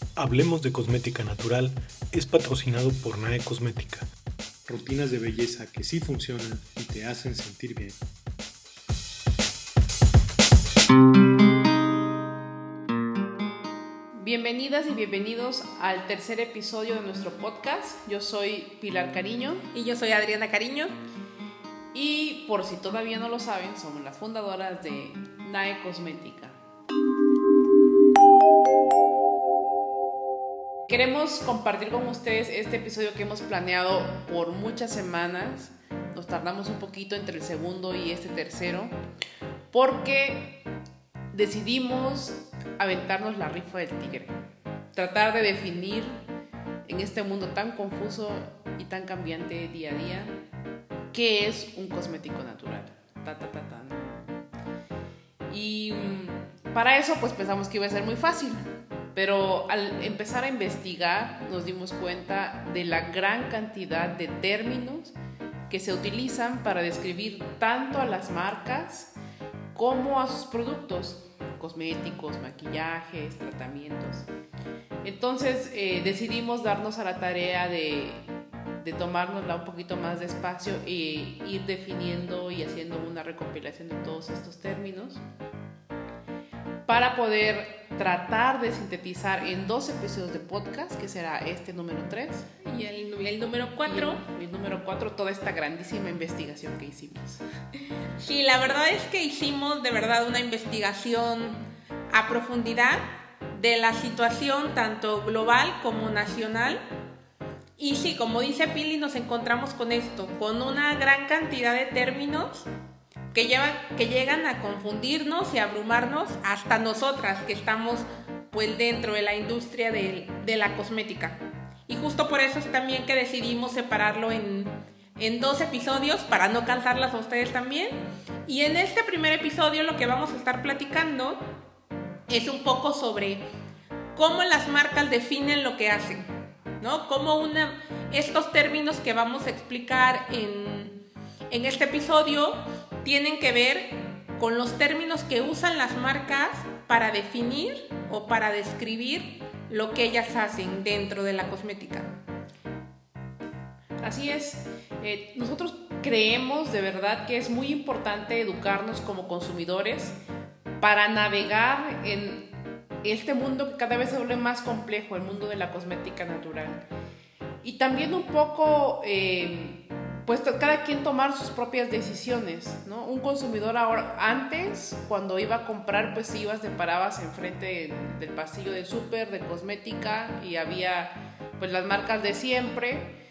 Hablemos de Cosmética Natural es patrocinado por NAE Cosmética. Rutinas de belleza que sí funcionan y te hacen sentir bien. Bienvenidas y bienvenidos al tercer episodio de nuestro podcast. Yo soy Pilar Cariño. Y yo soy Adriana Cariño. Y por si todavía no lo saben, somos las fundadoras de NAE Cosmética. Queremos compartir con ustedes este episodio que hemos planeado por muchas semanas. Nos tardamos un poquito entre el segundo y este tercero, porque decidimos aventarnos la rifa del tigre. Tratar de definir en este mundo tan confuso y tan cambiante día a día qué es un cosmético natural. Y para eso pues pensamos que iba a ser muy fácil. Pero al empezar a investigar nos dimos cuenta de la gran cantidad de términos que se utilizan para describir tanto a las marcas como a sus productos, cosméticos, maquillajes, tratamientos. Entonces decidimos darnos a la tarea de tomárnosla un poquito más despacio e ir definiendo y haciendo una recopilación de todos estos términos para poder tratar de sintetizar en 2 episodios de podcast, que será este número 3 y el número 4. Y el número 4, toda esta grandísima investigación que hicimos. Sí, la verdad es que hicimos de verdad una investigación a profundidad de la situación tanto global como nacional. Y sí, como dice Pili, nos encontramos con esto, con una gran cantidad de términos que llegan a confundirnos y a abrumarnos hasta nosotras que estamos pues dentro de la industria de la cosmética. Y justo por eso es también que decidimos separarlo en 2 episodios para no cansarlas a ustedes también. Y en este primer episodio lo que vamos a estar platicando es un poco sobre cómo las marcas definen lo que hacen, ¿no? Cómo estos términos que vamos a explicar en este episodio tienen que ver con los términos que usan las marcas para definir o para describir lo que ellas hacen dentro de la cosmética. Así es. Nosotros creemos de verdad que es muy importante educarnos como consumidores para navegar en este mundo que cada vez se vuelve más complejo, el mundo de la cosmética natural. Y también un poco pues cada quien tomar sus propias decisiones, ¿no? Un consumidor ahora, antes cuando iba a comprar, pues ibas, te parabas enfrente del pasillo del súper de cosmética y había pues las marcas de siempre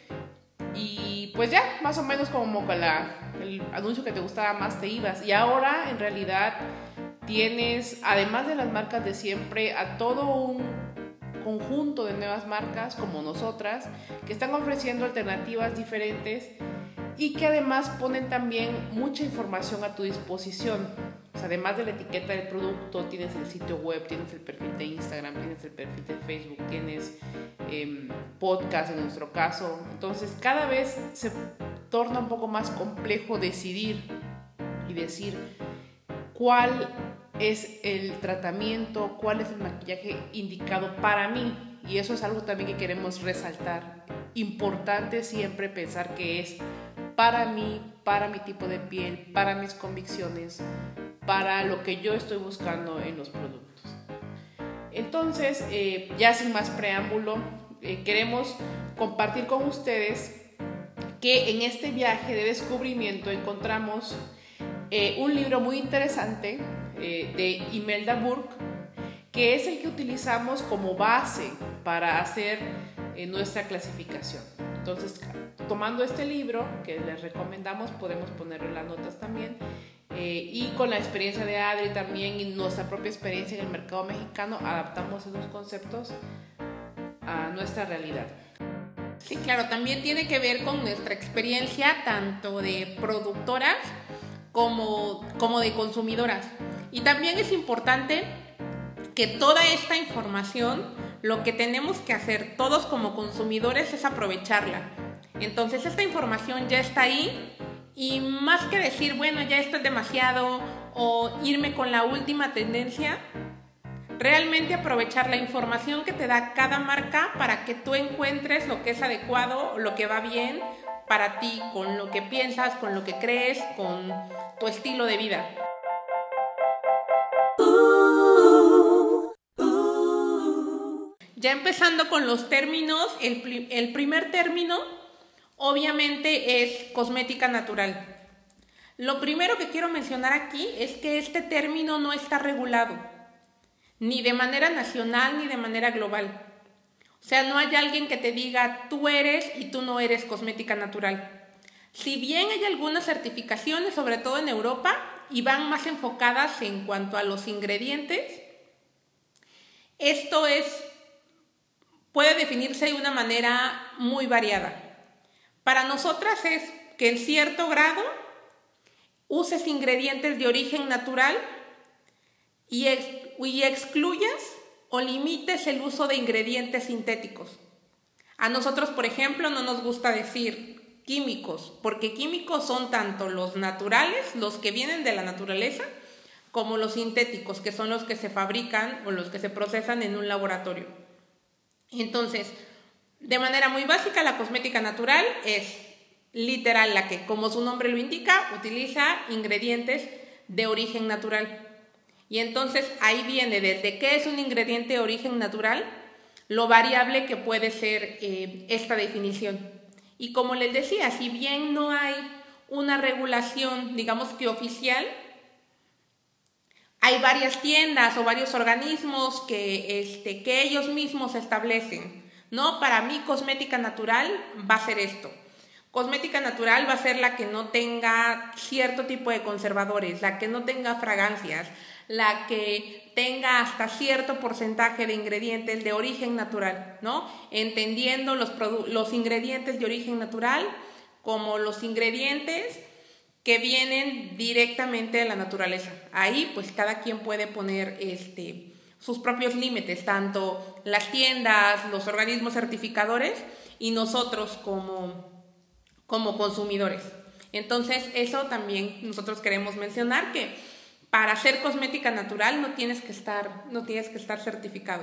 y pues ya, más o menos como con el anuncio que te gustaba más te ibas. Y ahora en realidad tienes, además de las marcas de siempre, a todo un conjunto de nuevas marcas como nosotras que están ofreciendo alternativas diferentes y que además ponen también mucha información a tu disposición. O sea, además de la etiqueta del producto, tienes el sitio web, tienes el perfil de Instagram, tienes el perfil de Facebook, tienes podcast en nuestro caso. Entonces cada vez se torna un poco más complejo decidir y decir cuál es el tratamiento, cuál es el maquillaje indicado para mí. Y eso es algo también que queremos resaltar. Importante siempre pensar que es para mí, para mi tipo de piel, para mis convicciones, para lo que yo estoy buscando en los productos. Entonces, ya sin más preámbulo, queremos compartir con ustedes que en este viaje de descubrimiento encontramos un libro muy interesante de Imelda Burke, que es el que utilizamos como base para hacer nuestra clasificación. Entonces, tomando este libro que les recomendamos, podemos ponerle las notas también, y con la experiencia de Adri también y nuestra propia experiencia en el mercado mexicano, adaptamos esos conceptos a nuestra realidad. Sí, claro, también tiene que ver con nuestra experiencia tanto de productoras como de consumidoras. Y también es importante que toda esta información, lo que tenemos que hacer todos como consumidores es aprovecharla. Entonces esta información ya está ahí y más que decir, bueno, ya esto es demasiado o irme con la última tendencia, realmente aprovechar la información que te da cada marca para que tú encuentres lo que es adecuado, lo que va bien para ti, con lo que piensas, con lo que crees, con tu estilo de vida. Ya empezando con los términos, el primer término obviamente es cosmética natural. Lo primero que quiero mencionar aquí es que este término no está regulado, ni de manera nacional ni de manera global. O sea, no hay alguien que te diga tú eres y tú no eres cosmética natural. Si bien hay algunas certificaciones, sobre todo en Europa, y van más enfocadas en cuanto a los ingredientes, esto puede definirse de una manera muy variada. Para nosotras es que en cierto grado uses ingredientes de origen natural y excluyas o limites el uso de ingredientes sintéticos. A nosotros, por ejemplo, no nos gusta decir químicos, porque químicos son tanto los naturales, los que vienen de la naturaleza, como los sintéticos, que son los que se fabrican o los que se procesan en un laboratorio. Entonces, de manera muy básica, la cosmética natural es literal la que, como su nombre lo indica, utiliza ingredientes de origen natural. Y entonces ahí viene desde qué es un ingrediente de origen natural, lo variable que puede ser esta definición. Y como les decía, si bien no hay una regulación, digamos que oficial, hay varias tiendas o varios organismos que ellos mismos establecen, ¿no? Para mí, cosmética natural va a ser esto. Cosmética natural va a ser la que no tenga cierto tipo de conservadores, la que no tenga fragancias, la que tenga hasta cierto porcentaje de ingredientes de origen natural, ¿no? Entendiendo los ingredientes de origen natural como los ingredientes que vienen directamente de la naturaleza. Ahí pues cada quien puede poner sus propios límites, tanto las tiendas, los organismos certificadores y nosotros como consumidores. Entonces eso también nosotros queremos mencionar, que para hacer cosmética natural no tienes que estar certificado.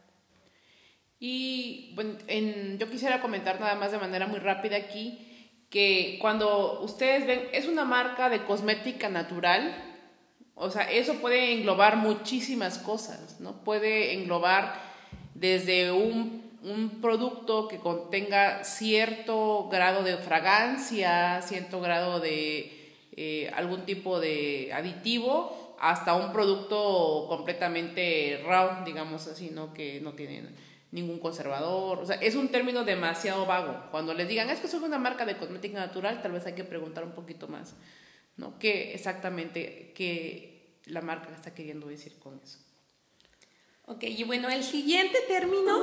Y bueno, yo quisiera comentar nada más de manera muy rápida aquí que cuando ustedes ven, es una marca de cosmética natural, o sea, eso puede englobar muchísimas cosas, ¿no? Puede englobar desde un producto que contenga cierto grado de fragancia, cierto grado de algún tipo de aditivo, hasta un producto completamente raw, digamos así, ¿no? Que no tiene ningún conservador. O sea, es un término demasiado vago. Cuando les digan, es que soy una marca de cosmética natural, tal vez hay que preguntar un poquito más, ¿no? ¿Qué exactamente la marca está queriendo decir con eso? Ok, y bueno, el siguiente término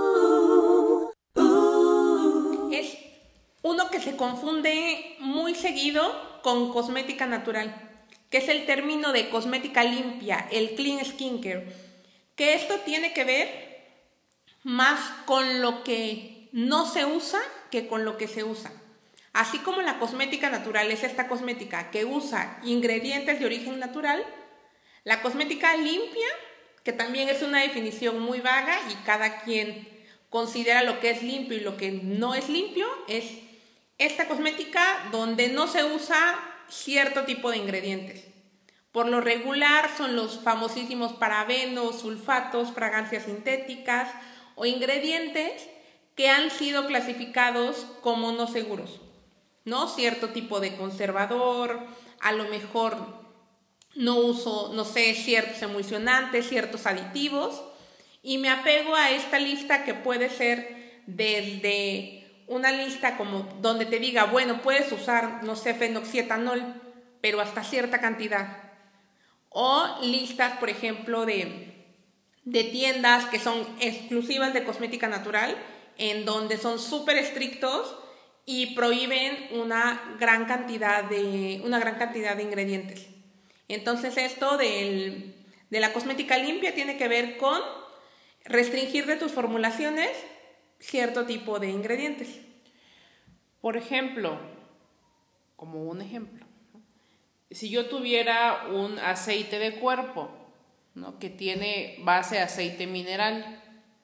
es uno que se confunde muy seguido con cosmética natural, que es el término de cosmética limpia, el clean skincare, que esto tiene que ver más con lo que no se usa que con lo que se usa. Así como la cosmética natural es esta cosmética que usa ingredientes de origen natural, la cosmética limpia, que también es una definición muy vaga y cada quien considera lo que es limpio y lo que no es limpio, es esta cosmética donde no se usa cierto tipo de ingredientes. Por lo regular son los famosísimos parabenos, sulfatos, fragancias sintéticas o ingredientes que han sido clasificados como no seguros, ¿no? Cierto tipo de conservador, a lo mejor no uso, no sé, ciertos emulsionantes, ciertos aditivos, y me apego a esta lista que puede ser desde una lista como donde te diga, bueno, puedes usar, no sé, fenoxietanol, pero hasta cierta cantidad. O listas, por ejemplo, de tiendas que son exclusivas de cosmética natural, en donde son súper estrictos y prohíben una gran cantidad de ingredientes. Entonces esto de la cosmética limpia tiene que ver con restringir de tus formulaciones cierto tipo de ingredientes. Por ejemplo, como un ejemplo, si yo tuviera un aceite de cuerpo, ¿no? Que tiene base aceite mineral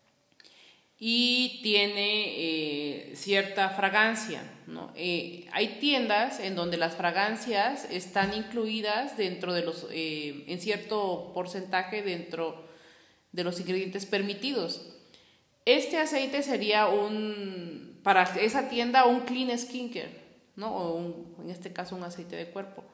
y tiene cierta fragancia, ¿no? Hay tiendas en donde las fragancias están incluidas dentro de los, en cierto porcentaje dentro de los ingredientes permitidos. Este aceite sería para esa tienda un clean skincare, ¿no? O en este caso un aceite de cuerpo.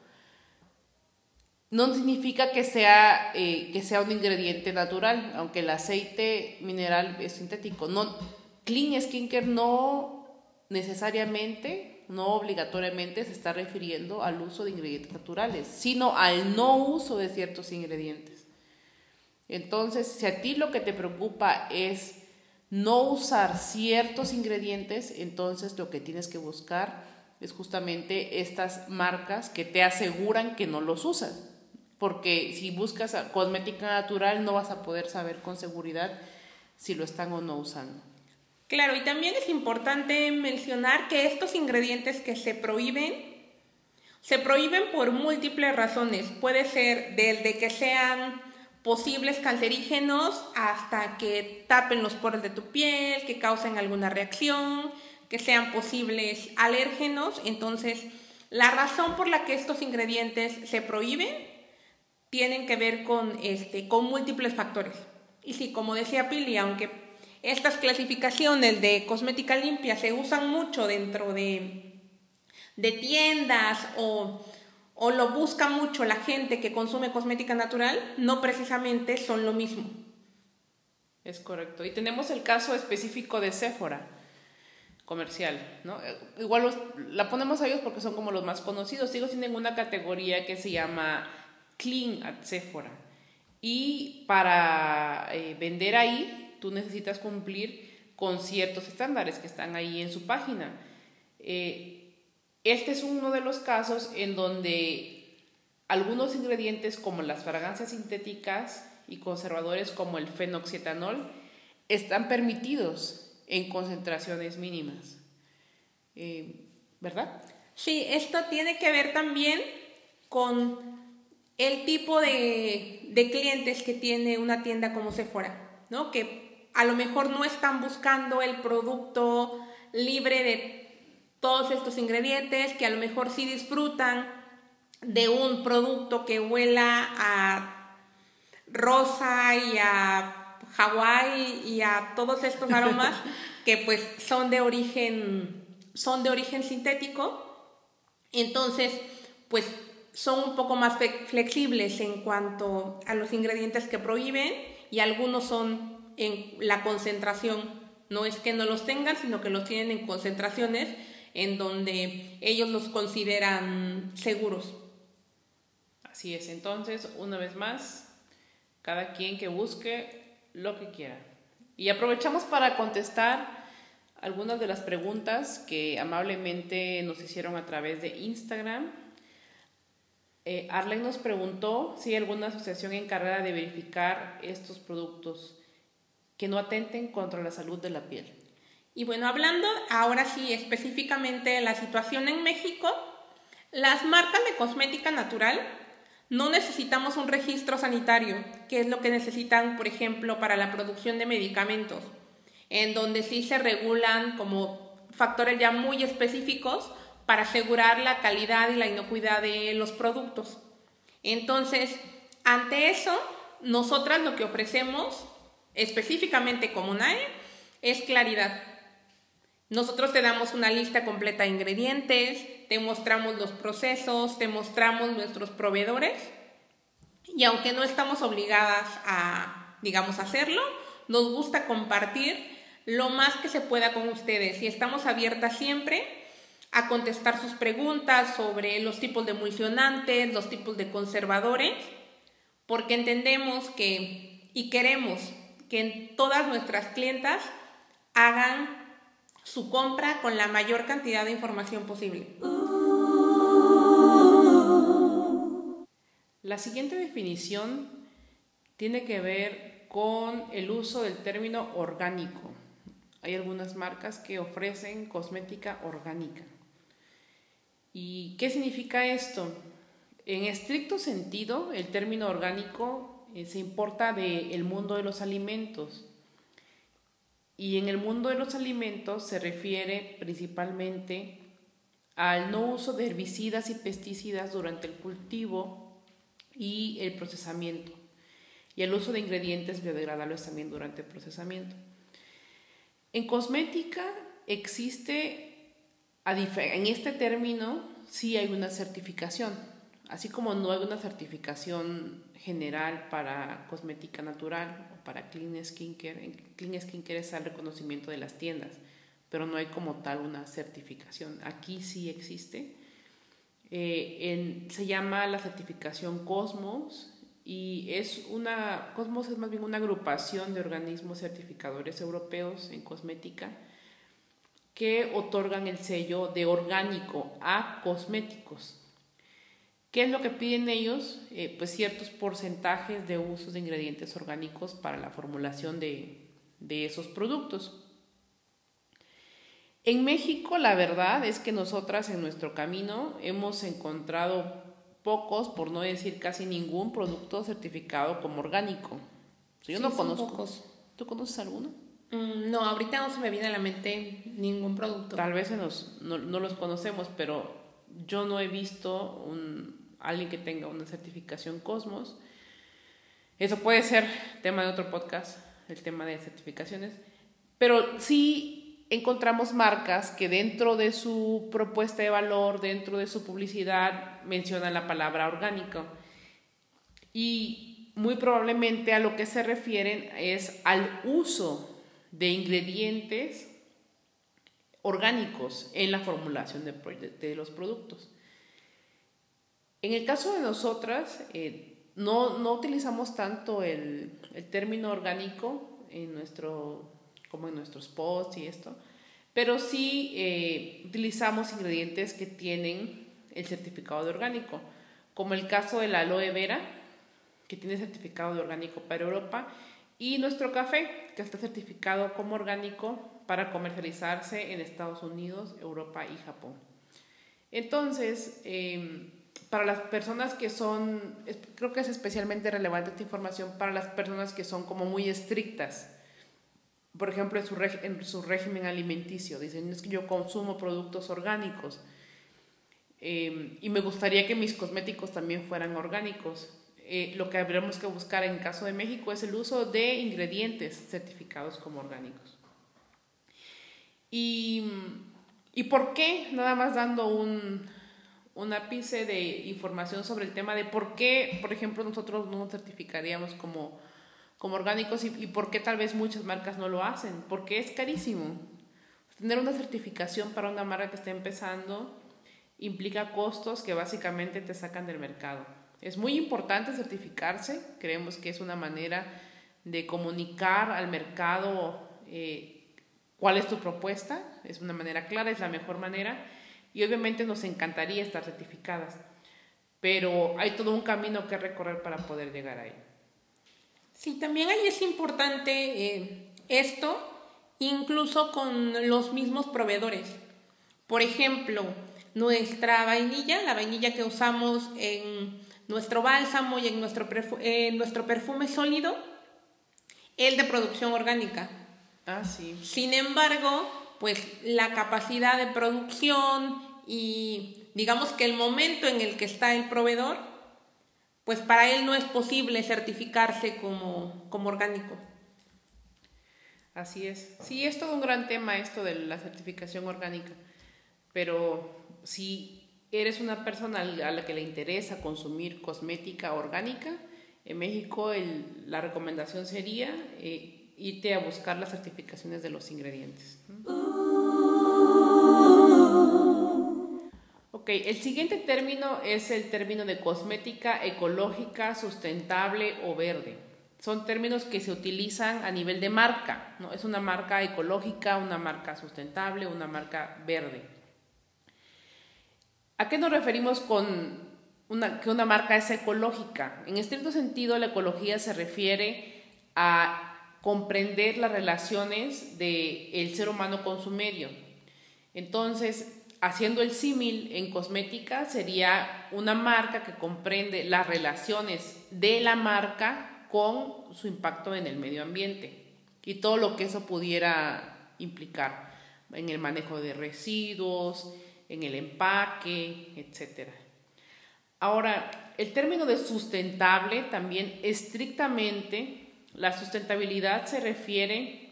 No significa que sea un ingrediente natural, aunque el aceite mineral es sintético. Clean skincare no necesariamente, no obligatoriamente se está refiriendo al uso de ingredientes naturales, sino al no uso de ciertos ingredientes. Entonces, si a ti lo que te preocupa es no usar ciertos ingredientes, entonces lo que tienes que buscar es justamente estas marcas que te aseguran que no los usan. Porque si buscas cosmética natural no vas a poder saber con seguridad si lo están o no usando. Claro, y también es importante mencionar que estos ingredientes que se prohíben por múltiples razones. Puede ser desde que sean posibles cancerígenos hasta que tapen los poros de tu piel, que causen alguna reacción, que sean posibles alérgenos. Entonces, la razón por la que estos ingredientes se prohíben tienen que ver con múltiples factores. Y sí, como decía Pili, aunque estas clasificaciones de cosmética limpia se usan mucho dentro de tiendas o lo busca mucho la gente que consume cosmética natural, no precisamente son lo mismo. Es correcto. Y tenemos el caso específico de Sephora comercial, ¿no? Igual la ponemos a ellos porque son como los más conocidos. Ellos tienen una categoría que se llama Clean at Sephora, y para vender ahí tú necesitas cumplir con ciertos estándares que están ahí en su página. Este es uno de los casos en donde algunos ingredientes como las fragancias sintéticas y conservadores como el fenoxietanol están permitidos en concentraciones mínimas, ¿verdad? Sí, esto tiene que ver también con el tipo de clientes que tiene una tienda como Sephora, ¿no? Que a lo mejor no están buscando el producto libre de todos estos ingredientes, que a lo mejor sí disfrutan de un producto que huela a rosa y a Hawái y a todos estos aromas que pues son de origen sintético. Entonces, pues son un poco más flexibles en cuanto a los ingredientes que prohíben, y algunos son en la concentración. No es que no los tengan, sino que los tienen en concentraciones en donde ellos los consideran seguros. Así es. Entonces, una vez más, cada quien que busque lo que quiera. Y aprovechamos para contestar algunas de las preguntas que amablemente nos hicieron a través de Instagram. Arlen nos preguntó si hay alguna asociación encargada de verificar estos productos que no atenten contra la salud de la piel. Y bueno, hablando ahora sí específicamente de la situación en México, las marcas de cosmética natural no necesitamos un registro sanitario, que es lo que necesitan, por ejemplo, para la producción de medicamentos, en donde sí se regulan como factores ya muy específicos para asegurar la calidad y la inocuidad de los productos. Entonces, ante eso, nosotras lo que ofrecemos, específicamente como NAE, es claridad. Nosotros te damos una lista completa de ingredientes, te mostramos los procesos, te mostramos nuestros proveedores, y aunque no estamos obligadas a, hacerlo, nos gusta compartir lo más que se pueda con ustedes, y estamos abiertas siempre a contestar sus preguntas sobre los tipos de emulsionantes, los tipos de conservadores, porque entendemos y queremos que todas nuestras clientas hagan su compra con la mayor cantidad de información posible. La siguiente definición tiene que ver con el uso del término orgánico. Hay algunas marcas que ofrecen cosmética orgánica. ¿Y qué significa esto? En estricto sentido, el término orgánico se importa del mundo de los alimentos. Y en el mundo de los alimentos se refiere principalmente al no uso de herbicidas y pesticidas durante el cultivo y el procesamiento, y el uso de ingredientes biodegradables también durante el procesamiento. En cosmética existe, en este término, sí hay una certificación, así como no hay una certificación general para cosmética natural o para Clean Skincare. En Clean Skincare es el reconocimiento de las tiendas, pero no hay como tal una certificación. Aquí sí existe. Se llama la certificación Cosmos, y Cosmos es más bien una agrupación de organismos certificadores europeos en cosmética que otorgan el sello de orgánico a cosméticos. ¿Qué es lo que piden ellos? Pues ciertos porcentajes de usos de ingredientes orgánicos para la formulación de esos productos. En México, la verdad es que nosotras en nuestro camino hemos encontrado pocos, por no decir casi ningún, producto certificado como orgánico. Yo no conozco. Pocos. ¿Tú conoces alguno? No, ahorita no se me viene a la mente ningún producto. Tal vez no los conocemos, pero yo no he visto alguien que tenga una certificación Cosmos. Eso puede ser tema de otro podcast, el tema de certificaciones, pero sí encontramos marcas que dentro de su propuesta de valor, dentro de su publicidad, mencionan la palabra orgánico. Y muy probablemente a lo que se refieren es al uso de ingredientes orgánicos en la formulación de los productos. En el caso de nosotras, no utilizamos tanto el término orgánico como en nuestros posts y esto, pero sí utilizamos ingredientes que tienen el certificado de orgánico, como el caso de la aloe vera, que tiene certificado de orgánico para Europa, y nuestro café, que está certificado como orgánico para comercializarse en Estados Unidos, Europa y Japón. Entonces, para las personas que creo que es especialmente relevante esta información para las personas que son como muy estrictas. Por ejemplo, en su régimen alimenticio, dicen, es que yo consumo productos orgánicos y me gustaría que mis cosméticos también fueran orgánicos. Lo que habríamos que buscar en caso de México es el uso de ingredientes certificados como orgánicos. ¿Y por qué? Nada más dando un ápice de información sobre el tema de por qué, por ejemplo, nosotros no nos certificaríamos como orgánicos y por qué tal vez muchas marcas no lo hacen, porque es carísimo. Tener una certificación para una marca que está empezando implica costos que básicamente te sacan del mercado. Es muy importante certificarse, creemos que es una manera de comunicar al mercado cuál es tu propuesta, es una manera clara, es la mejor manera, y obviamente nos encantaría estar certificadas, pero hay todo un camino que recorrer para poder llegar ahí. Sí, también ahí es importante esto, incluso con los mismos proveedores. Por ejemplo, nuestra vainilla, la vainilla que usamos en nuestro bálsamo y en nuestro perfume sólido, es de producción orgánica. Ah, sí. Sin embargo, pues la capacidad de producción y digamos que el momento en el que está el proveedor, pues para él no es posible certificarse como orgánico. Así es. Sí, es todo un gran tema esto de la certificación orgánica, pero si eres una persona a la que le interesa consumir cosmética orgánica, en México la recomendación sería irte a buscar las certificaciones de los ingredientes. Ok, el siguiente término es el término de cosmética ecológica, sustentable o verde. Son términos que se utilizan a nivel de marca, ¿no? Es una marca ecológica, una marca sustentable, una marca verde. ¿A qué nos referimos con que una marca es ecológica? En estricto sentido, la ecología se refiere a comprender las relaciones del ser humano con su medio. Entonces, haciendo el símil en cosmética, sería una marca que comprende las relaciones de la marca con su impacto en el medio ambiente y todo lo que eso pudiera implicar en el manejo de residuos, en el empaque, etcétera. Ahora, el término de sustentable también estrictamente, la sustentabilidad se refiere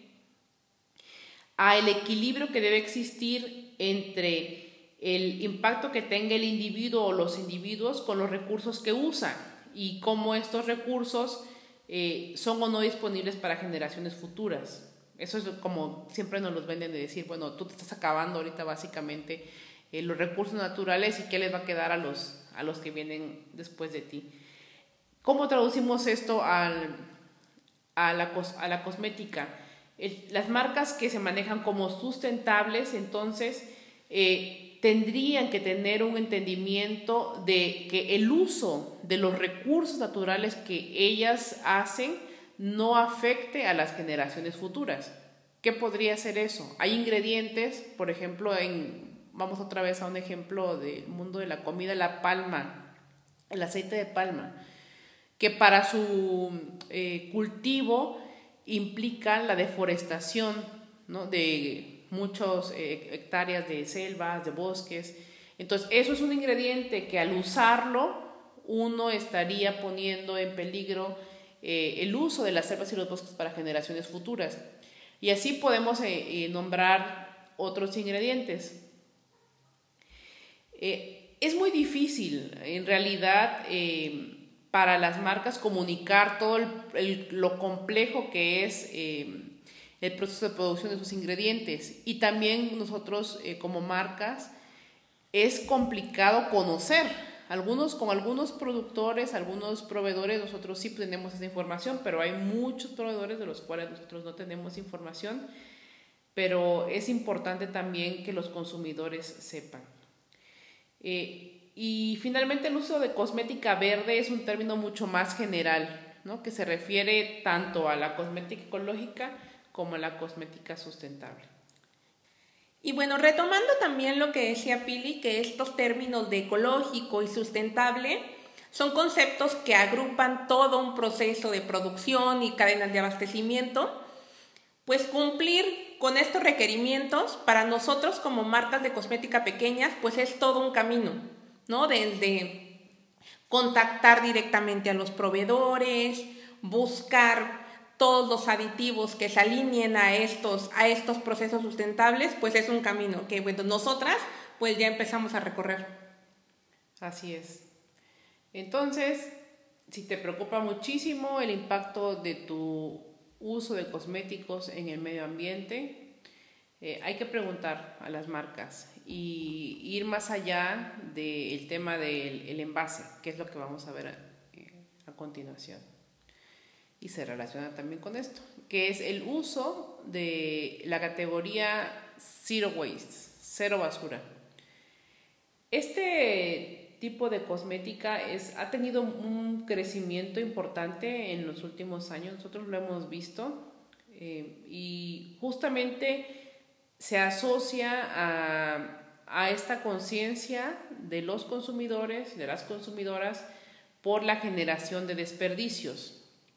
al equilibrio que debe existir entre el impacto que tenga el individuo o los individuos con los recursos que usan y cómo estos recursos son o no disponibles para generaciones futuras. Eso es como siempre nos los venden de decir, bueno, tú te estás acabando ahorita básicamente los recursos naturales y qué les va a quedar a los que vienen después de ti. ¿Cómo traducimos esto a la cosmética? Las marcas que se manejan como sustentables, entonces, tendrían que tener un entendimiento de que el uso de los recursos naturales que ellas hacen no afecte a las generaciones futuras. ¿Qué podría ser eso? Hay ingredientes, por ejemplo, vamos otra vez a un ejemplo del mundo de la comida, la palma, el aceite de palma, que para su cultivo implica la deforestación, ¿no?, de muchas hectáreas de selvas, de bosques. Entonces, eso es un ingrediente que al usarlo uno estaría poniendo en peligro el uso de las selvas y los bosques para generaciones futuras. Y así podemos nombrar otros ingredientes. Es muy difícil, en realidad, para las marcas comunicar todo lo complejo que es el proceso de producción de sus ingredientes. Y también nosotros, como marcas, es complicado conocer. Con algunos productores, algunos proveedores, nosotros sí tenemos esa información, pero hay muchos proveedores de los cuales nosotros no tenemos información, pero es importante también que los consumidores sepan. Y finalmente el uso de cosmética verde es un término mucho más general, ¿no?, que se refiere tanto a la cosmética ecológica como a la cosmética sustentable. Y bueno, retomando también lo que decía Pili, que estos términos de ecológico y sustentable son conceptos que agrupan todo un proceso de producción y cadenas de abastecimiento, pues cumplir con estos requerimientos para nosotros como marcas de cosmética pequeñas, pues es todo un camino, ¿no? Desde contactar directamente a los proveedores, buscar todos los aditivos que se alineen a estos procesos sustentables, pues es un camino que, bueno, nosotras pues ya empezamos a recorrer. Así es. Entonces, si te preocupa muchísimo el impacto de tu uso de cosméticos en el medio ambiente, hay que preguntar a las marcas y ir más allá del tema del envase, que es lo que vamos a ver a continuación. Y se relaciona también con esto, que es el uso de la categoría Zero Waste, cero basura. Este tipo de cosmética ha tenido un crecimiento importante en los últimos años, nosotros lo hemos visto, y justamente se asocia a esta conciencia de los consumidores, de las consumidoras, por la generación de desperdicios.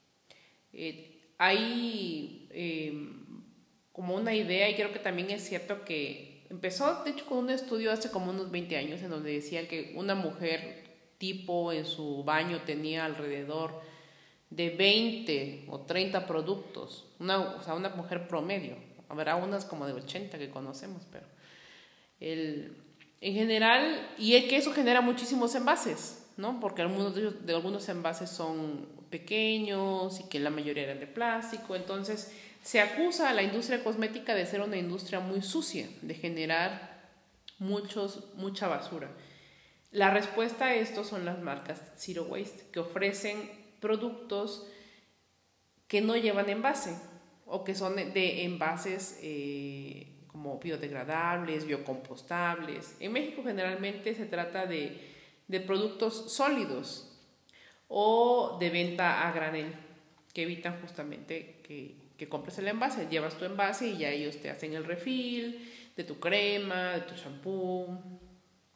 Hay como una idea, y creo que también es cierto que empezó de hecho con un estudio hace como unos 20 años en donde decían que una mujer tipo en su baño tenía alrededor de 20 o 30 productos, o sea, una mujer promedio. Habrá unas como de 80 que conocemos, pero en general, y es que eso genera muchísimos envases, ¿no? Porque algunos envases son pequeños y que la mayoría eran de plástico. Entonces se acusa a la industria cosmética de ser una industria muy sucia, de generar mucha basura. La respuesta a esto son las marcas Zero Waste, que ofrecen productos que no llevan envase o que son de envases como biodegradables, biocompostables. En México generalmente se trata de productos sólidos o de venta a granel, que evitan justamente que compres el envase. Llevas tu envase y ya ellos te hacen el refill de tu crema, de tu shampoo.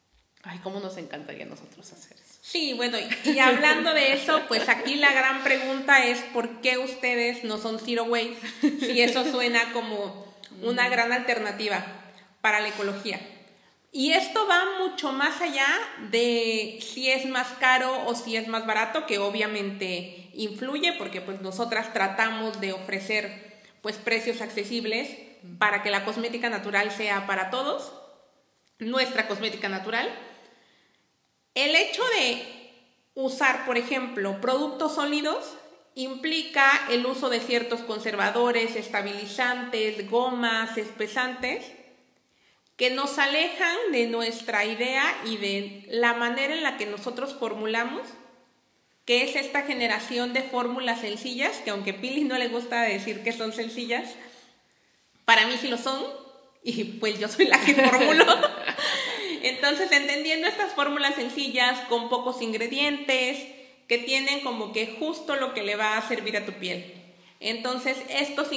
Ay, cómo nos encantaría a nosotros hacer eso. Sí, bueno, y hablando de eso, pues aquí la gran pregunta es ¿por qué ustedes no son zero waste? Si eso suena como una gran alternativa para la ecología. Y esto va mucho más allá de si es más caro o si es más barato, que obviamente influye porque pues nosotras tratamos de ofrecer pues precios accesibles para que la cosmética natural sea para todos, nuestra cosmética natural. El hecho de usar, por ejemplo, productos sólidos implica el uso de ciertos conservadores, estabilizantes, gomas, espesantes, que nos alejan de nuestra idea y de la manera en la que nosotros formulamos, que es esta generación de fórmulas sencillas, que aunque Pili no le gusta decir que son sencillas, para mí sí lo son, y pues yo soy la que formulo. Entonces, entendiendo estas fórmulas sencillas, con pocos ingredientes, que tienen como que justo lo que le va a servir a tu piel. Entonces, estos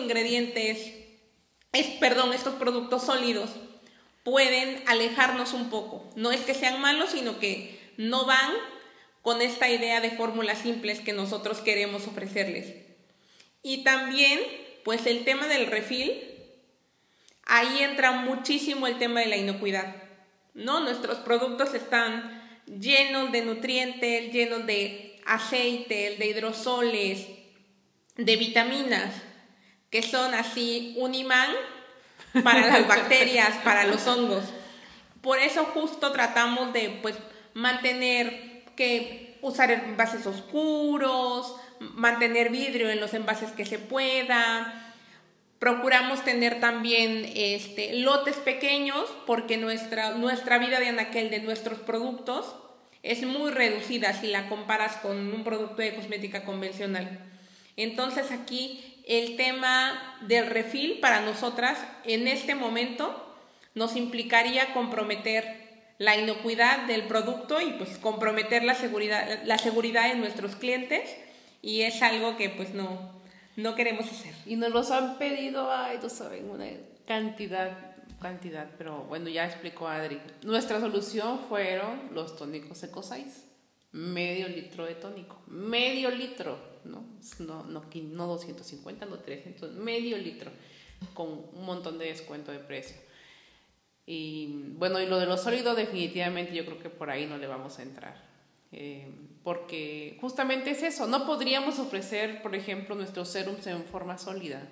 productos sólidos pueden alejarnos un poco. No es que sean malos, sino que no van con esta idea de fórmulas simples que nosotros queremos ofrecerles. Y también, pues el tema del refill, ahí entra muchísimo el tema de la inocuidad, ¿no? Nuestros productos están llenos de nutrientes, llenos de aceites, de hidrosoles, de vitaminas, que son así un imán para las bacterias, para los hongos. Por eso justo tratamos de pues mantener que usar envases oscuros, mantener vidrio en los envases que se pueda. Procuramos tener también lotes pequeños porque nuestra vida de anaquel de nuestros productos es muy reducida si la comparas con un producto de cosmética convencional. Entonces aquí el tema del refill para nosotras en este momento nos implicaría comprometer la inocuidad del producto y pues comprometer la seguridad de nuestros clientes, y es algo que pues no queremos hacer. Y nos los han pedido, ay, no saben, una cantidad, pero bueno, ya explicó Adri. Nuestra solución fueron los tónicos Ecosize. Medio litro de tónico, medio litro, no 250, no 300, medio litro, con un montón de descuento de precio. Y bueno, y lo de lo sólido definitivamente yo creo que por ahí no le vamos a entrar, porque justamente es eso, no podríamos ofrecer, por ejemplo, nuestros serums en forma sólida,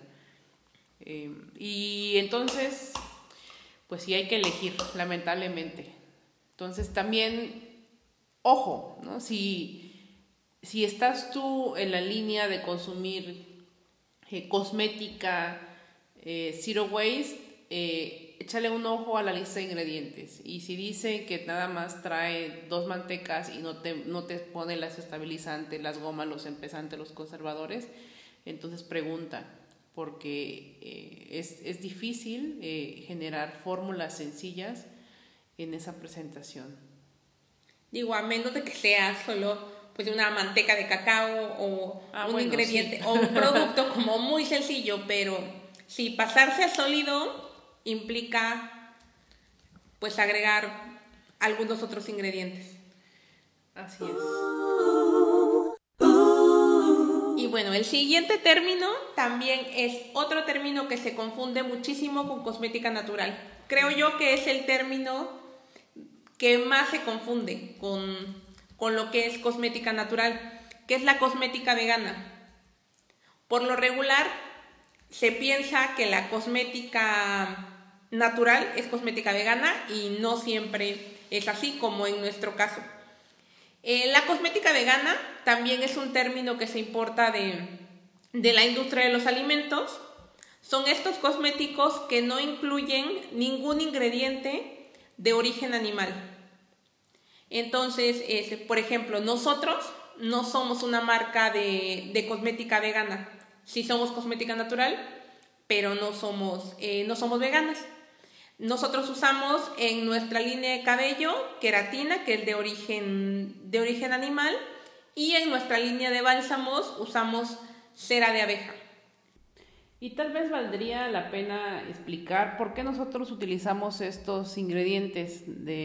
y entonces, pues sí hay que elegir, lamentablemente. Entonces también ojo, ¿no? Si estás tú en la línea de consumir cosmética zero waste, échale un ojo a la lista de ingredientes. Y si dice que nada más trae 2 mantecas y no te pone las estabilizantes, las gomas, los espesantes, los conservadores, entonces pregunta, porque es difícil generar fórmulas sencillas en esa presentación. Digo, a menos de que sea solo pues una manteca de cacao o ingrediente, sí, o un producto como muy sencillo, pero si pasarse a sólido implica pues agregar algunos otros ingredientes. Así es. Y bueno, el siguiente término también es otro término que se confunde muchísimo con cosmética natural. Creo yo que es el término que más se confunde con lo que es cosmética natural, que es la cosmética vegana. Por lo regular, se piensa que la cosmética natural es cosmética vegana y no siempre es así, como en nuestro caso. La cosmética vegana también es un término que se importa de la industria de los alimentos. Son estos cosméticos que no incluyen ningún ingrediente de origen animal. Entonces, por ejemplo, nosotros no somos una marca de cosmética vegana. Sí somos cosmética natural, pero no somos veganas. Nosotros usamos en nuestra línea de cabello queratina, que es de origen animal, y en nuestra línea de bálsamos usamos cera de abeja. Y tal vez valdría la pena explicar por qué nosotros utilizamos estos ingredientes de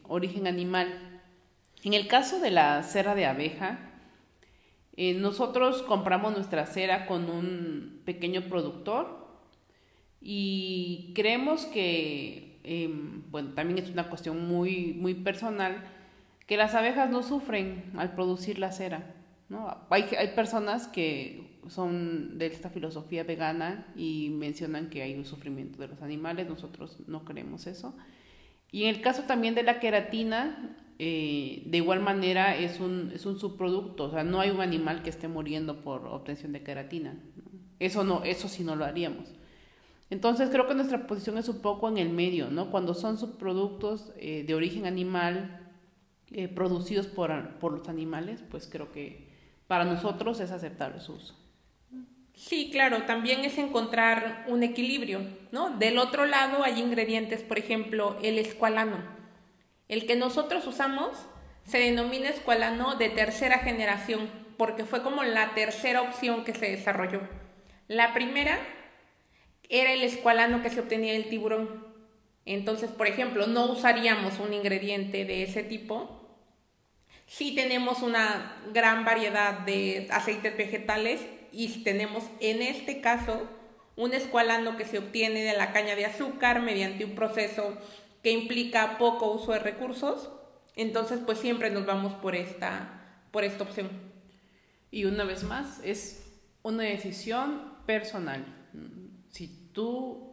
origen animal. En el caso de la cera de abeja, nosotros compramos nuestra cera con un pequeño productor y creemos que, bueno, también es una cuestión muy, muy personal, que las abejas no sufren al producir la cera, ¿no? Hay personas que son de esta filosofía vegana y mencionan que hay un sufrimiento de los animales. Nosotros no creemos eso. Y en el caso también de la queratina, de igual manera es un subproducto, o sea, no hay un animal que esté muriendo por obtención de queratina, ¿no? Eso sí no lo haríamos. Entonces creo que nuestra posición es un poco en el medio, ¿no? Cuando son subproductos de origen animal, producidos por los animales, pues creo que para nosotros es aceptable su uso. Sí, claro, también es encontrar un equilibrio, ¿no? Del otro lado hay ingredientes, por ejemplo, el escualano. El que nosotros usamos se denomina escualano de tercera generación, porque fue como la tercera opción que se desarrolló. La primera era el escualano que se obtenía del tiburón. Entonces, por ejemplo, no usaríamos un ingrediente de ese tipo. Sí tenemos una gran variedad de aceites vegetales y tenemos en este caso un escualano que se obtiene de la caña de azúcar mediante un proceso que implica poco uso de recursos. Entonces, pues siempre nos vamos por esta opción. Y una vez más, es una decisión personal. Si tú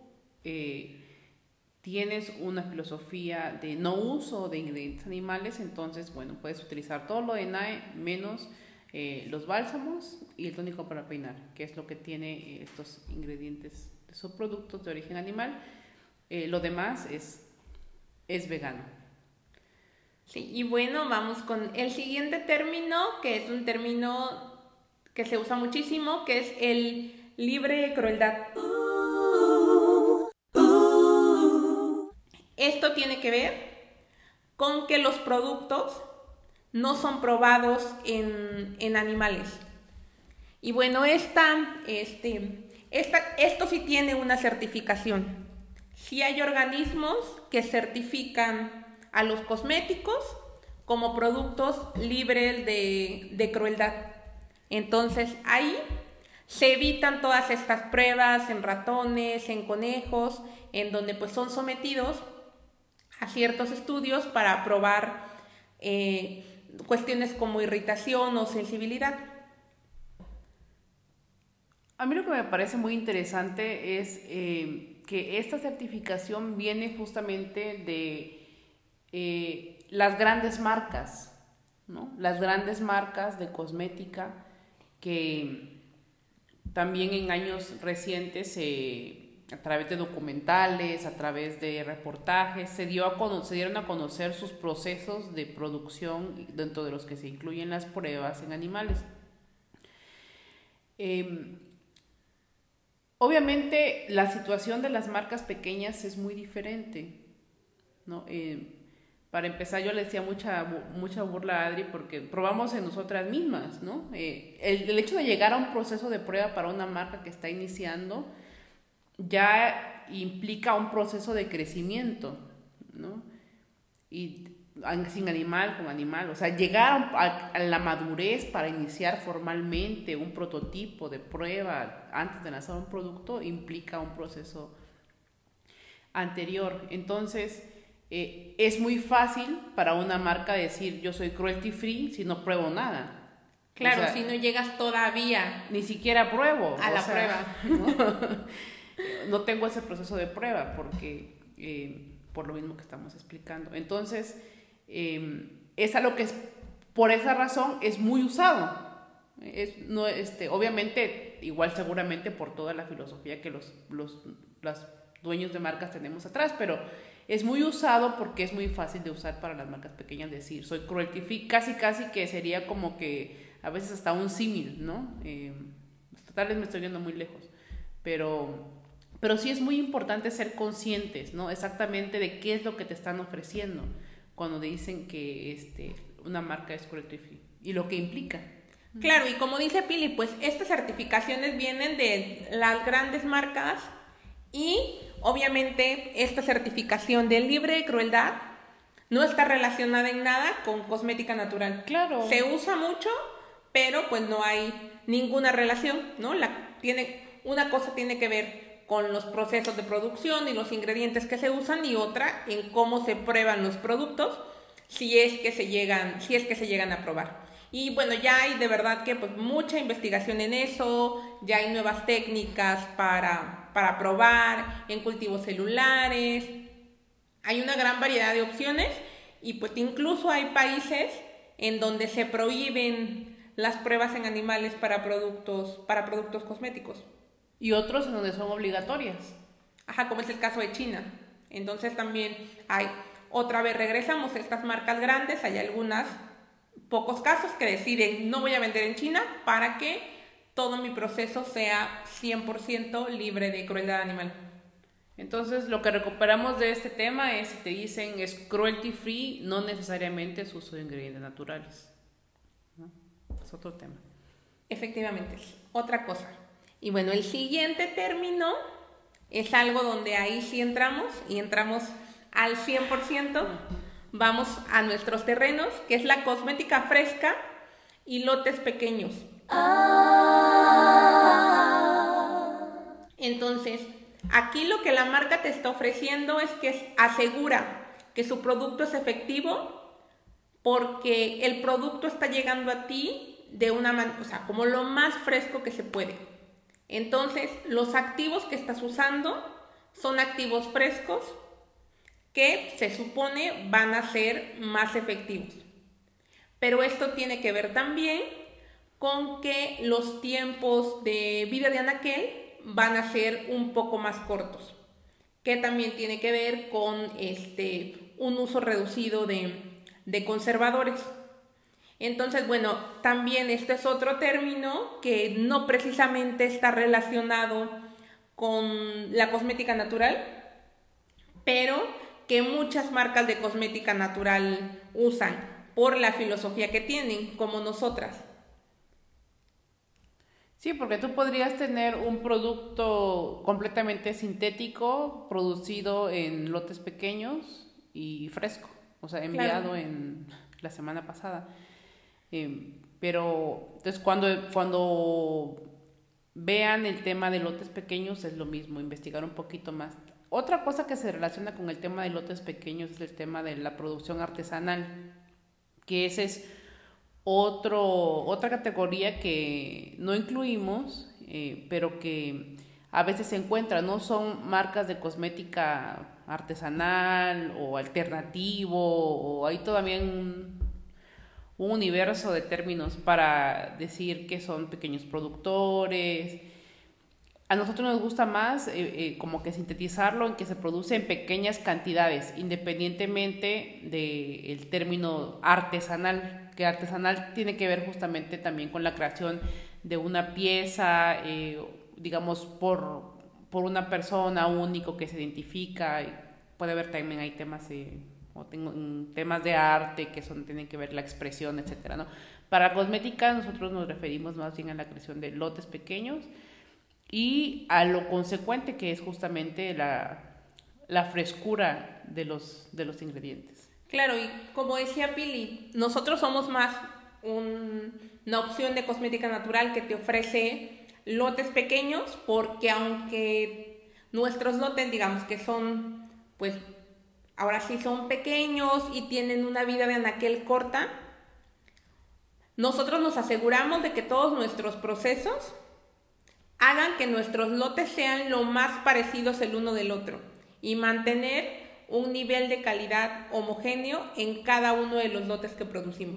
tienes una filosofía de no uso de ingredientes animales, entonces, bueno, puedes utilizar todo lo de NAE menos los bálsamos y el tónico para peinar, que es lo que tiene estos ingredientes, son productos de origen animal. Lo demás es vegano. Sí, y bueno, vamos con el siguiente término, que es un término que se usa muchísimo, que es el libre crueldad. Esto tiene que ver con que los productos no son probados en animales. Y bueno, esto sí tiene una certificación. Sí hay organismos que certifican a los cosméticos como productos libres de crueldad. Entonces ahí se evitan todas estas pruebas en ratones, en conejos, en donde pues son sometidos a ciertos estudios para probar cuestiones como irritación o sensibilidad. A mí lo que me parece muy interesante es que esta certificación viene justamente de las grandes marcas, ¿no? Las grandes marcas de cosmética que también en años recientes a través de documentales, a través de reportajes, se dieron a conocer sus procesos de producción, dentro de los que se incluyen las pruebas en animales. Obviamente la situación de las marcas pequeñas es muy diferente, ¿no? Para empezar, yo le decía mucha burla a Adri porque probamos en nosotras mismas, ¿no? El hecho de llegar a un proceso de prueba para una marca que está iniciando ya implica un proceso de crecimiento, ¿no? Y sin animal, con animal, o sea, llegar a la madurez para iniciar formalmente un prototipo de prueba antes de lanzar un producto implica un proceso anterior. Entonces, es muy fácil para una marca decir yo soy cruelty free si no pruebo nada. Claro, o sea, si no llegas todavía ni siquiera pruebo a la prueba, no tengo ese proceso de prueba porque por lo mismo que estamos explicando. Entonces es algo que por esa razón es muy usado. Obviamente igual seguramente por toda la filosofía que los dueños de marcas tenemos atrás, pero es muy usado porque es muy fácil de usar para las marcas pequeñas decir soy cruelty free, casi que sería como que a veces hasta un símil, ¿no? Tal vez me estoy yendo muy lejos, pero sí es muy importante ser conscientes, ¿no? Exactamente de qué es lo que te están ofreciendo cuando dicen que una marca es cruelty free y lo que implica. Claro, y como dice Pili, pues estas certificaciones vienen de las grandes marcas y obviamente esta certificación de libre de crueldad no está relacionada en nada con cosmética natural. Claro. Se usa mucho, pero pues no hay ninguna relación, ¿no? Una cosa tiene que ver con los procesos de producción y los ingredientes que se usan, y otra en cómo se prueban los productos, si es que se llegan a probar. Y bueno, ya hay de verdad que pues mucha investigación en eso, ya hay nuevas técnicas para probar en cultivos celulares, hay una gran variedad de opciones, y pues incluso hay países en donde se prohíben las pruebas en animales para productos cosméticos. Y otros en donde son obligatorias. Ajá, como es el caso de China. Entonces también hay, otra vez regresamos a estas marcas grandes, hay pocos casos que deciden no voy a vender en China para que todo mi proceso sea 100% libre de crueldad animal. Entonces lo que recuperamos de este tema es, si te dicen es cruelty free, no necesariamente es uso de ingredientes naturales, ¿no? Es otro tema. Efectivamente, es otra cosa. Y bueno, el siguiente término es algo donde ahí sí entramos al 100%. Vamos a nuestros terrenos, que es la cosmética fresca y lotes pequeños. Entonces, aquí lo que la marca te está ofreciendo es que asegura que su producto es efectivo porque el producto está llegando a ti de una manera, o sea, como lo más fresco que se puede. Entonces, los activos que estás usando son activos frescos que se supone van a ser más efectivos. Pero esto tiene que ver también con que los tiempos de vida de anaquel van a ser un poco más cortos, que también tiene que ver con un uso reducido de conservadores. Entonces, bueno, también este es otro término que no precisamente está relacionado con la cosmética natural, pero que muchas marcas de cosmética natural usan por la filosofía que tienen, como nosotras. Sí, porque tú podrías tener un producto completamente sintético, producido en lotes pequeños y fresco, o sea, enviado claro, en la semana pasada. Pero entonces cuando vean el tema de lotes pequeños es lo mismo, investigar un poquito más. Otra cosa que se relaciona con el tema de lotes pequeños es el tema de la producción artesanal, que ese es otra categoría que no incluimos, pero que a veces se encuentra. No son marcas de cosmética artesanal o alternativo, o hay todavía un universo de términos para decir que son pequeños productores. A nosotros nos gusta más como que sintetizarlo en que se produce en pequeñas cantidades, independientemente del término artesanal, que artesanal tiene que ver justamente también con la creación de una pieza, digamos, por una persona único que se identifica. Puede haber también, hay temas, temas de arte que tienen que ver la expresión, etcétera, ¿no? Para cosmética nosotros nos referimos más bien a la creación de lotes pequeños y a lo consecuente que es justamente la frescura de los ingredientes. Claro, y como decía Pili, nosotros somos más una opción de cosmética natural que te ofrece lotes pequeños, porque aunque nuestros lotes, digamos que son, pues ahora sí son pequeños y tienen una vida de anaquel corta, nosotros nos aseguramos de que todos nuestros procesos hagan que nuestros lotes sean lo más parecidos el uno del otro y mantener un nivel de calidad homogéneo en cada uno de los lotes que producimos.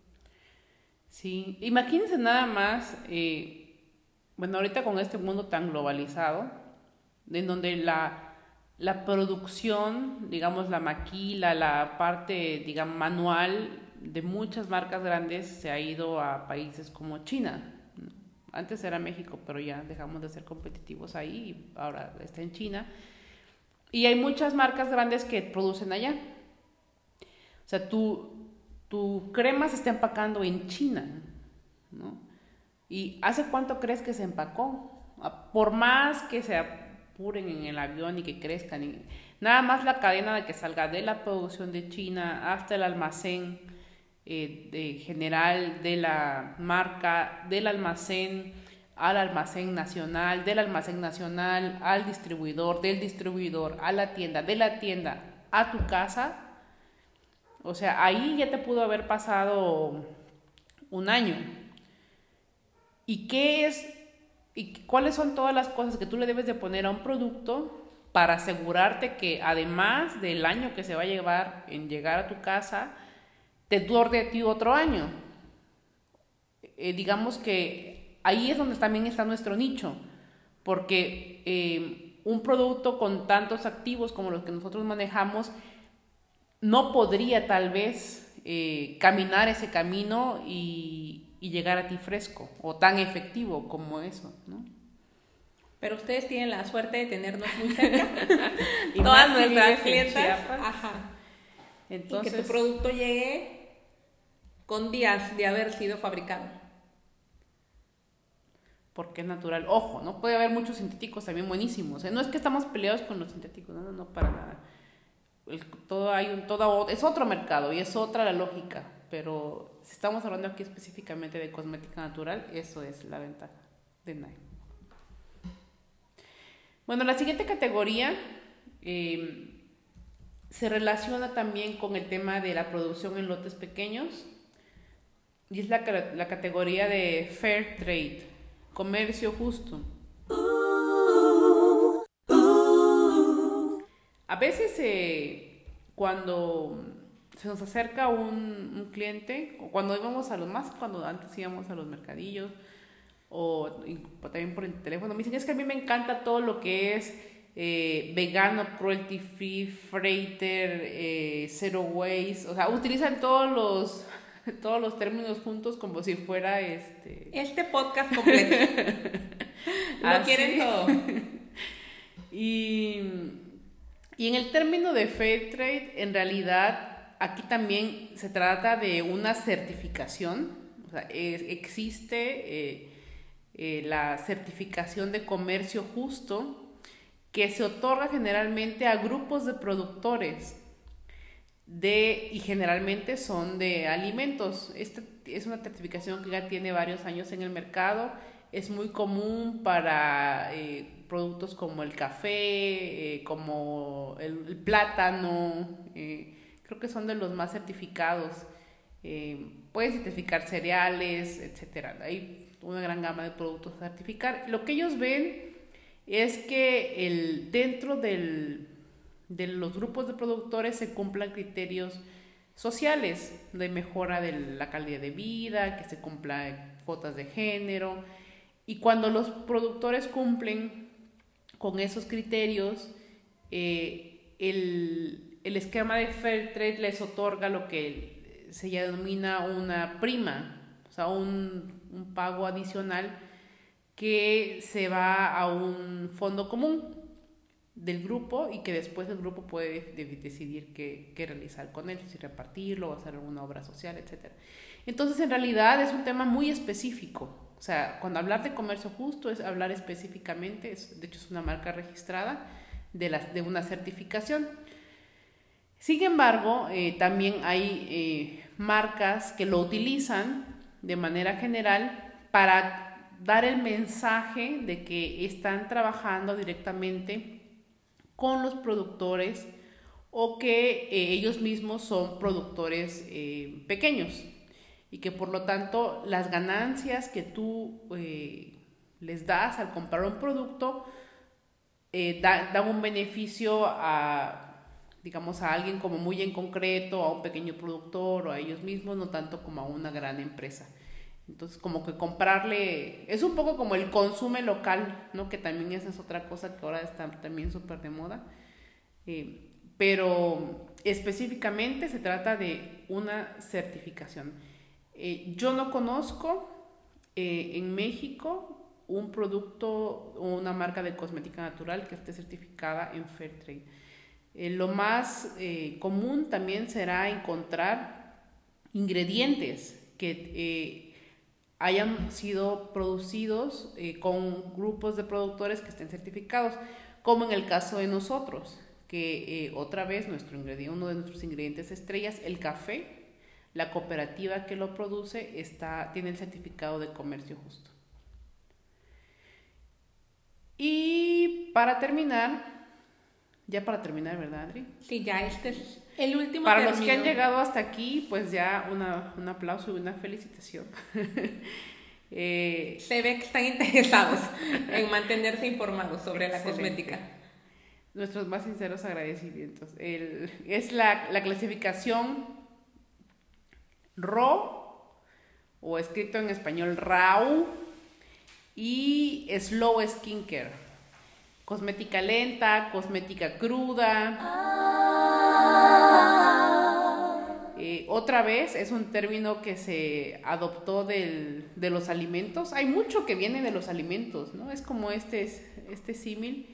Sí, imagínense nada más, bueno, ahorita con este mundo tan globalizado, en donde la producción, digamos la maquila, la parte, digamos, manual de muchas marcas grandes se ha ido a países como China. Antes era México, pero ya dejamos de ser competitivos ahí y ahora está en China. Y hay muchas marcas grandes que producen allá. O sea, tu crema se está empacando en China, ¿no? ¿Y hace cuánto crees que se empacó? Por más que apuren en el avión y que crezcan. Y nada más la cadena de que salga de la producción de China hasta el almacén general de la marca, del almacén al almacén nacional, del almacén nacional al distribuidor, del distribuidor a la tienda, de la tienda a tu casa. O sea, ahí ya te pudo haber pasado un año. ¿Y qué es y cuáles son todas las cosas que tú le debes de poner a un producto para asegurarte que además del año que se va a llevar en llegar a tu casa, te dure a ti otro año? Digamos que ahí es donde también está nuestro nicho, porque un producto con tantos activos como los que nosotros manejamos no podría tal vez caminar ese camino y llegar a ti fresco o tan efectivo como eso, ¿no? Pero ustedes tienen la suerte de tenernos muy cerca. Y todas más nuestras si clientas. Ajá. Entonces, y que tu producto llegue con días de haber sido fabricado. Porque es natural. Ojo, ¿no? Puede haber muchos sintéticos también buenísimos. No es que estamos peleados con los sintéticos, no, para nada. Es otro mercado y es otra la lógica. Pero si estamos hablando aquí específicamente de cosmética natural, eso es la ventaja de Nae. Bueno, la siguiente categoría se relaciona también con el tema de la producción en lotes pequeños y es la categoría de Fair Trade, comercio justo. A veces cuando se nos acerca un cliente, o cuando íbamos cuando antes íbamos a los mercadillos, o también por el teléfono, me dicen, es que a mí me encanta todo lo que es vegano, cruelty free, freighter, zero waste, o sea, utilizan todos los términos juntos como si fuera este podcast completo. Lo quieren todo. Y en el término de Fair Trade, en realidad, aquí también se trata de una certificación. O sea, existe la certificación de comercio justo que se otorga generalmente a grupos de productores y generalmente son de alimentos. Esta es una certificación que ya tiene varios años en el mercado. Es muy común para productos como el café, como el plátano, creo que son de los más certificados. Pueden certificar cereales, etcétera. Hay una gran gama de productos a certificar. Lo que ellos ven es que dentro de los grupos de productores se cumplan criterios sociales de mejora de la calidad de vida, que se cumplan cuotas de género. Y cuando los productores cumplen con esos criterios, el esquema de Fair Trade les otorga lo que se denomina una prima, o sea, un pago adicional que se va a un fondo común del grupo y que después el grupo puede decidir qué realizar con él, si repartirlo o hacer alguna obra social, etc. Entonces, en realidad es un tema muy específico. O sea, cuando hablar de comercio justo es hablar específicamente, de hecho es una marca registrada de una certificación. Sin embargo, también hay marcas que lo utilizan de manera general para dar el mensaje de que están trabajando directamente con los productores o que ellos mismos son productores pequeños y que por lo tanto las ganancias que tú les das al comprar un producto dan un beneficio digamos a alguien como muy en concreto, a un pequeño productor o a ellos mismos, no tanto como a una gran empresa. Entonces como que comprarle, es un poco como el consume local, ¿no? Que también esa es otra cosa que ahora está también súper de moda, pero específicamente se trata de una certificación. Yo no conozco en México un producto o una marca de cosmética natural que esté certificada en Fairtrade. Lo más común también será encontrar ingredientes que hayan sido producidos con grupos de productores que estén certificados. como en el caso de nosotros, que otra vez uno de nuestros ingredientes estrellas, el café, la cooperativa que lo produce tiene el certificado de comercio justo. Y para terminar, ¿verdad, Adri? Sí, ya este es el último Para término. los que han llegado hasta aquí, pues ya un aplauso y una felicitación. Se ve que están interesados en mantenerse informados sobre la cosmética. Nuestros más sinceros agradecimientos. Es la clasificación RAW, o escrito en español RAW, y Slow Skincare. Cosmética lenta, cosmética cruda. Otra vez es un término que se adoptó de los alimentos. Hay mucho que viene de los alimentos, ¿no? Es como este símil.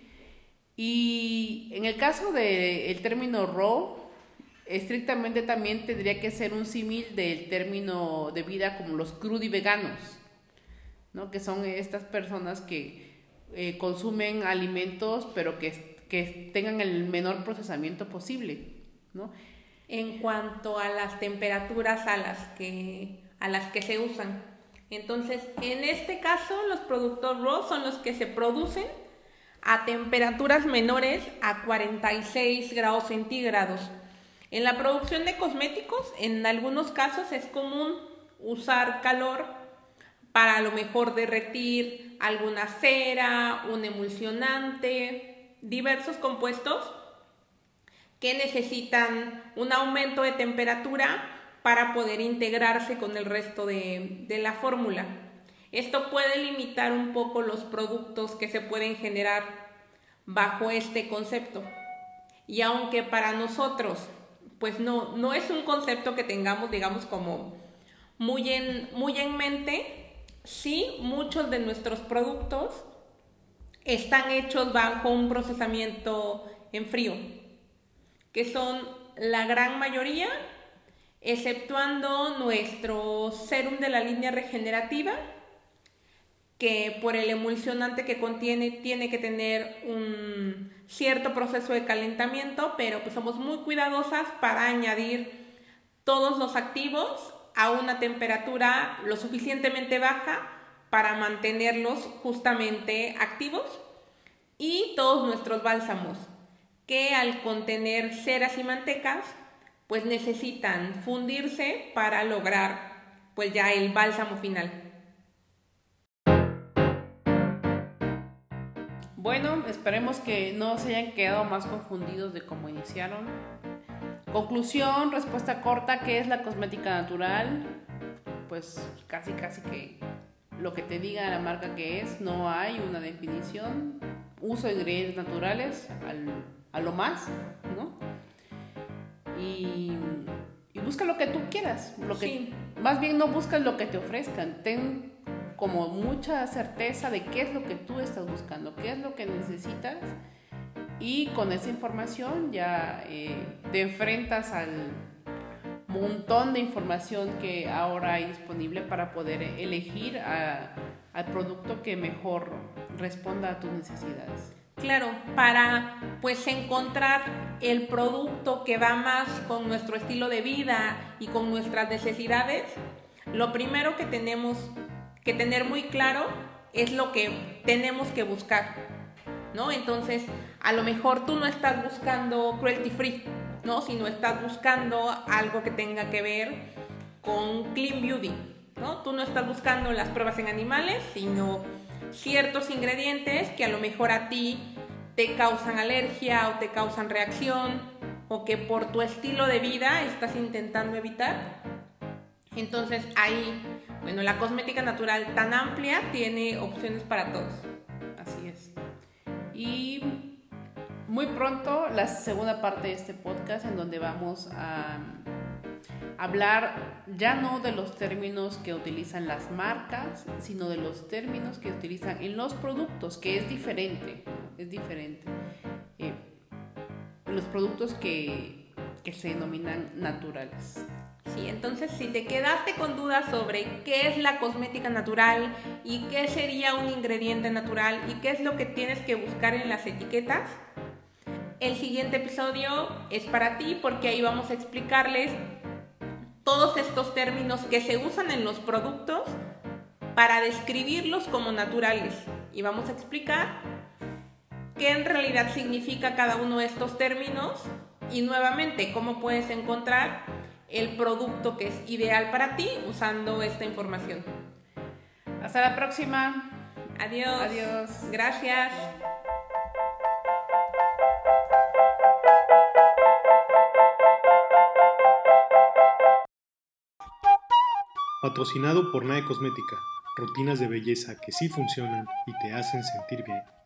Y en el caso del término raw, estrictamente también tendría que ser un símil del término de vida como los crudiveganos, ¿no? Que son estas personas que consumen alimentos pero que tengan el menor procesamiento posible, ¿no? En cuanto a las temperaturas a las que se usan. Entonces, en este caso, los productos raw son los que se producen a temperaturas menores a 46 grados centígrados. En la producción de cosméticos, en algunos casos es común usar calor para a lo mejor derretir alguna cera, un emulsionante, diversos compuestos que necesitan un aumento de temperatura para poder integrarse con el resto de la fórmula. Esto puede limitar un poco los productos que se pueden generar bajo este concepto. Y aunque para nosotros, pues no es un concepto que tengamos, digamos, como muy en mente, sí, muchos de nuestros productos están hechos bajo un procesamiento en frío, que son la gran mayoría, exceptuando nuestro sérum de la línea regenerativa, que por el emulsionante que contiene tiene que tener un cierto proceso de calentamiento, pero pues somos muy cuidadosas para añadir todos los activos a una temperatura lo suficientemente baja para mantenerlos justamente activos, y todos nuestros bálsamos, que al contener ceras y mantecas pues necesitan fundirse para lograr pues ya el bálsamo final. Bueno, esperemos que no se hayan quedado más confundidos de cómo iniciaron. Conclusión, respuesta corta: ¿qué es la cosmética natural? Pues casi que lo que te diga la marca que es, no hay una definición. Uso de ingredientes naturales a lo más, ¿no? Y busca lo que tú quieras. Sí. Más bien no buscas lo que te ofrezcan. Ten como mucha certeza de qué es lo que tú estás buscando, qué es lo que necesitas, y con esa información ya te enfrentas al montón de información que ahora hay disponible para poder elegir al producto que mejor responda a tus necesidades. Claro, para pues encontrar el producto que va más con nuestro estilo de vida y con nuestras necesidades, lo primero que tenemos que tener muy claro es lo que tenemos que buscar, ¿no? Entonces, a lo mejor tú no estás buscando cruelty free, ¿no? Sino estás buscando algo que tenga que ver con clean beauty, ¿no? Tú no estás buscando las pruebas en animales, sino ciertos ingredientes que a lo mejor a ti te causan alergia o te causan reacción, o que por tu estilo de vida estás intentando evitar. Entonces ahí, bueno, la cosmética natural tan amplia tiene opciones para todos. Así es. Y muy pronto la segunda parte de este podcast, en donde vamos a hablar ya no de los términos que utilizan las marcas, sino de los términos que utilizan en los productos, que es diferente. Los productos que se denominan naturales. Sí, entonces si te quedaste con dudas sobre qué es la cosmética natural y qué sería un ingrediente natural y qué es lo que tienes que buscar en las etiquetas, el siguiente episodio es para ti porque ahí vamos a explicarles todos estos términos que se usan en los productos para describirlos como naturales. Y vamos a explicar qué en realidad significa cada uno de estos términos y nuevamente cómo puedes encontrar el producto que es ideal para ti usando esta información. Hasta la próxima. Adiós. Adiós. Gracias. Patrocinado por NAE Cosmética. Rutinas de belleza que sí funcionan y te hacen sentir bien.